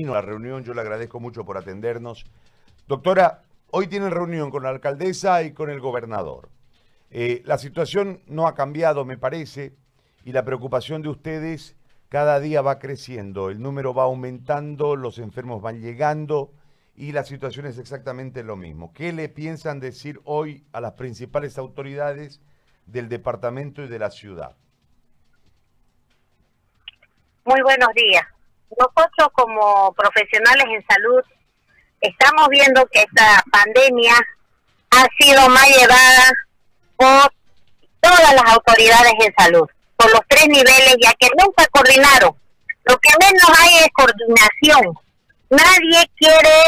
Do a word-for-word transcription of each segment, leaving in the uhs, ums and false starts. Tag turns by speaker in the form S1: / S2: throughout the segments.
S1: vino a la reunión, yo le agradezco mucho por atendernos. Doctora, hoy tienen reunión con la alcaldesa y con el gobernador. Eh, la situación no ha cambiado, me parece, y la preocupación de ustedes cada día va creciendo. El número va aumentando, los enfermos van llegando y la situación es exactamente lo mismo. ¿Qué le piensan decir hoy a las principales autoridades del departamento y de la ciudad?
S2: Muy buenos días. Nosotros como profesionales en salud estamos viendo que esta pandemia ha sido mal llevada por todas las autoridades en salud, por los tres niveles, ya que nunca coordinaron. Lo que menos hay es coordinación. Nadie quiere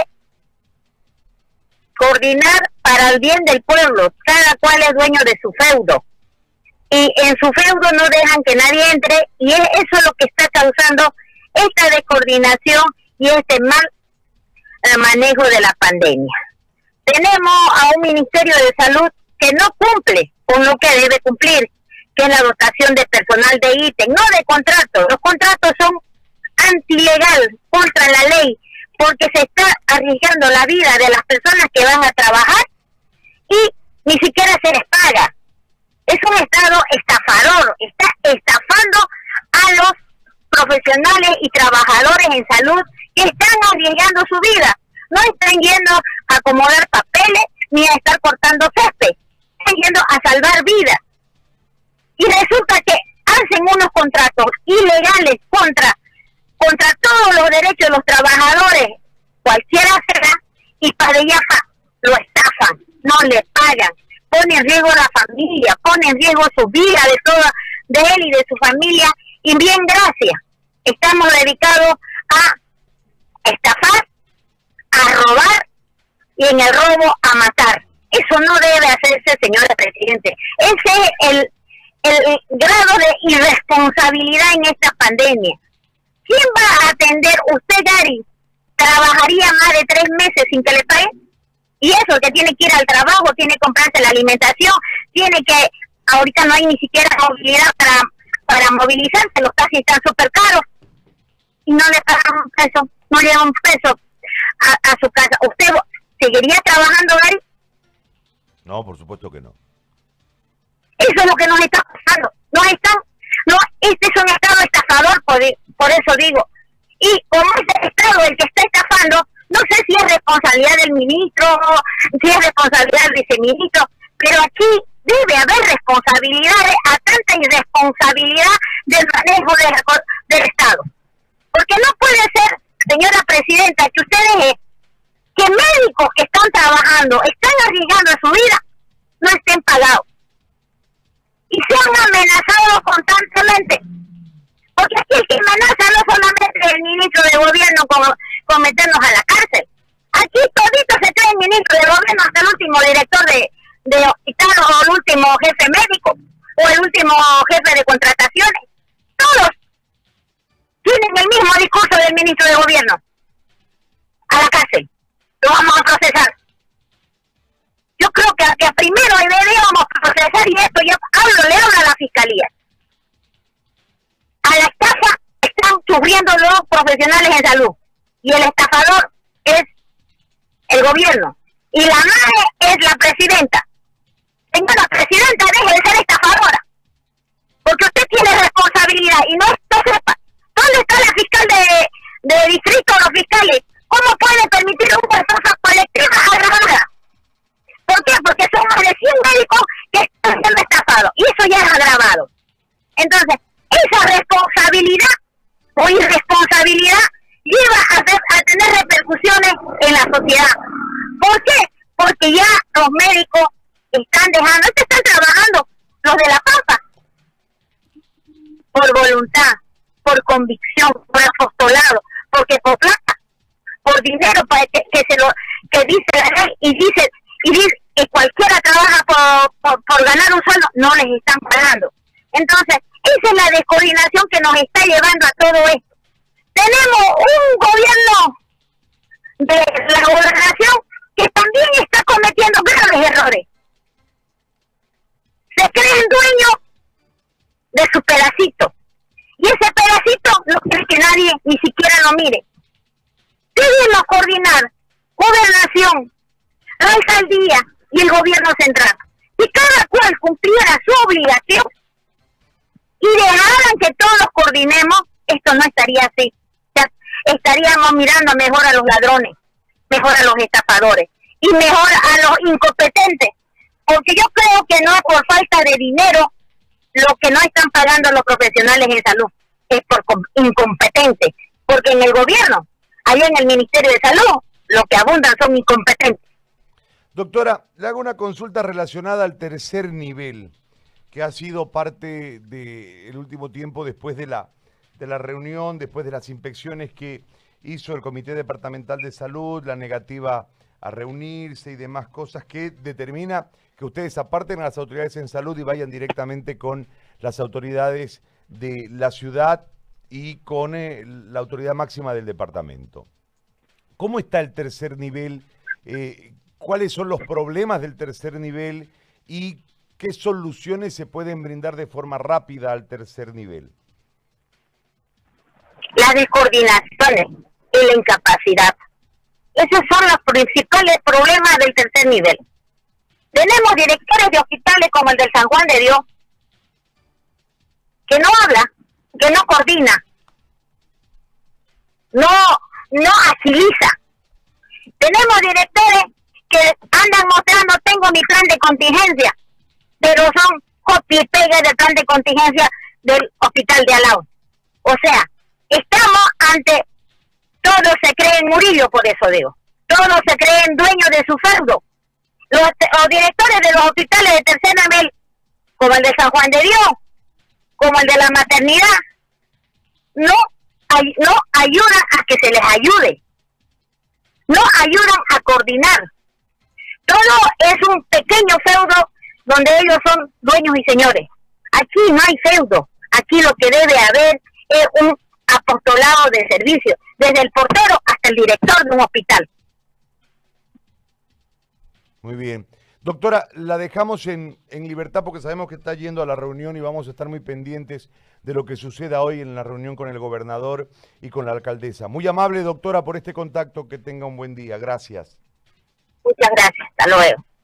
S2: coordinar para el bien del pueblo. Cada cual es dueño de su feudo. Y en su feudo no dejan que nadie entre, y eso es lo que está causando esta descoordinación y este mal eh, manejo de la pandemia. Tenemos a un Ministerio de Salud que no cumple con lo que debe cumplir, que es la dotación de personal de ítem, no de contratos. Los contratos son antilegal, contra la ley, porque se está arriesgando la vida de las personas que van a trabajar y ni siquiera se les paga. Es un Estado estafador, está estafando a los profesionales y trabajadores en salud que están arriesgando su vida. No están yendo a acomodar papeles ni a estar cortando césped, están yendo a salvar vidas. Y resulta que hacen unos contratos ilegales contra, contra todos los derechos de los trabajadores, cualquiera será, y para ella lo estafan, no le pagan. Pone en riesgo la familia, pone en riesgo su vida de toda, de él y de su familia, y bien gracias. Estamos dedicados a estafar, a robar y en el robo a matar. Eso no debe hacerse, señora Presidente. Ese es el, el grado de irresponsabilidad en esta pandemia. ¿Quién va a atender? Usted, Gary, trabajaría más de tres meses sin que le paguen. Y eso, que tiene que ir al trabajo, tiene que comprarse la alimentación, tiene que, ahorita no hay ni siquiera movilidad para, para movilizarse, los taxis están súper caros, y no le pagan un peso, no le dan un peso a, a su casa. ¿Usted seguiría trabajando, Gary?
S1: No, por supuesto que no.
S2: Eso es lo que nos está pasando, nos están, no, este es un Estado estafador, por, por eso digo, y como es el Estado el que está estafando, no sé si es responsabilidad del ministro, si es responsabilidad del viceministro, pero aquí debe haber responsabilidades a tanta irresponsabilidad del manejo de la, del Estado. Porque no puede ser, señora Presidenta, que ustedes, que médicos que están trabajando, están arriesgando su vida, no estén pagados. Y sean amenazados constantemente. Porque aquí el que amenaza no solamente el ministro de gobierno con, con meternos a la cárcel. Aquí todito se cree el ministro de gobierno, hasta el último director de, de hospital, o el último jefe médico, o el último jefe de contrataciones. Todos tienen el mismo discurso del ministro de gobierno. A la cárcel. Lo vamos a procesar. Yo creo que, que primero deberíamos procesar, y esto ya hablo, le hablo a la fiscalía. A la estafa están sufriendo los profesionales en salud, y el estafador es el gobierno, y la madre es la presidenta. Señora Presidenta, deje de ser estafadora, porque usted tiene responsabilidad, y no esto sepa. ¿Dónde está la fiscal de, de distrito o los fiscales? ¿Cómo puede permitir una estafa colectiva agravada? ¿Por qué? Porque son más de cien médicos que están siendo estafados, y eso ya es agravado. Entonces, esa responsabilidad o irresponsabilidad lleva a, hacer, a tener repercusiones en la sociedad. ¿Por qué? Porque ya los médicos están dejando, estos están trabajando, los de La Pampa, por voluntad, por convicción, por apostolado, porque por plata, por dinero, para que, que se lo que dice la ley, y dice y dice que cualquiera trabaja por, por, por ganar un sueldo, no les están pagando. Entonces, esa es la descoordinación que nos está llevando a todo esto. Tenemos un gobierno de la gobernación que también está cometiendo graves errores. Se creen dueños de su pedacito. Y ese pedacito no quiere que nadie ni siquiera lo mire. coordinar gobernación, la alcaldía y el gobierno central. Si cada cual cumpliera su obligación y dejaran que todos coordinemos, esto no estaría así. O sea, estaríamos mirando mejor a los ladrones, mejor a los estafadores y mejor a los incompetentes. Porque yo creo que no es por falta de dinero lo que no están pagando los profesionales en salud, es por incompetentes. Porque en el gobierno, allá en el Ministerio de Salud, lo que abundan son incompetentes.
S1: Doctora, le hago una consulta relacionada al tercer nivel, que ha sido parte del último tiempo después de la, de la reunión, después de las inspecciones que hizo el Comité Departamental de Salud, la negativa a reunirse y demás cosas que determina que ustedes aparten a las autoridades en salud y vayan directamente con las autoridades de la ciudad y con eh, la autoridad máxima del departamento. ¿Cómo está el tercer nivel? Eh, ¿Cuáles son los problemas del tercer nivel y qué soluciones se pueden brindar de forma rápida al tercer nivel?
S2: Las descoordinaciones y la incapacidad. Esos son los principales problemas del tercer nivel. Tenemos directores de hospitales como el del San Juan de Dios, que no habla, que no coordina, no, no agiliza. Tenemos directores que andan mostrando, tengo mi plan de contingencia, pero son copia y pega del plan de contingencia del hospital de al lado. O sea, estamos ante, todos se creen Murillo, por eso digo, todos se creen dueños de su feudo. Los, los directores de los hospitales de tercer nivel, como el de San Juan de Dios, como el de la maternidad, no, ay, no ayudan a que se les ayude, no ayudan a coordinar. Todo es un pequeño feudo donde ellos son dueños y señores. Aquí no hay feudo, aquí lo que debe haber es un apostolado de servicio, desde el portero hasta el director de un hospital.
S1: Muy bien. Doctora, la dejamos en, en libertad porque sabemos que está yendo a la reunión y vamos a estar muy pendientes de lo que suceda hoy en la reunión con el gobernador y con la alcaldesa. Muy amable, doctora, por este contacto. Que tenga un buen día. Gracias.
S2: Muchas gracias. Hasta luego.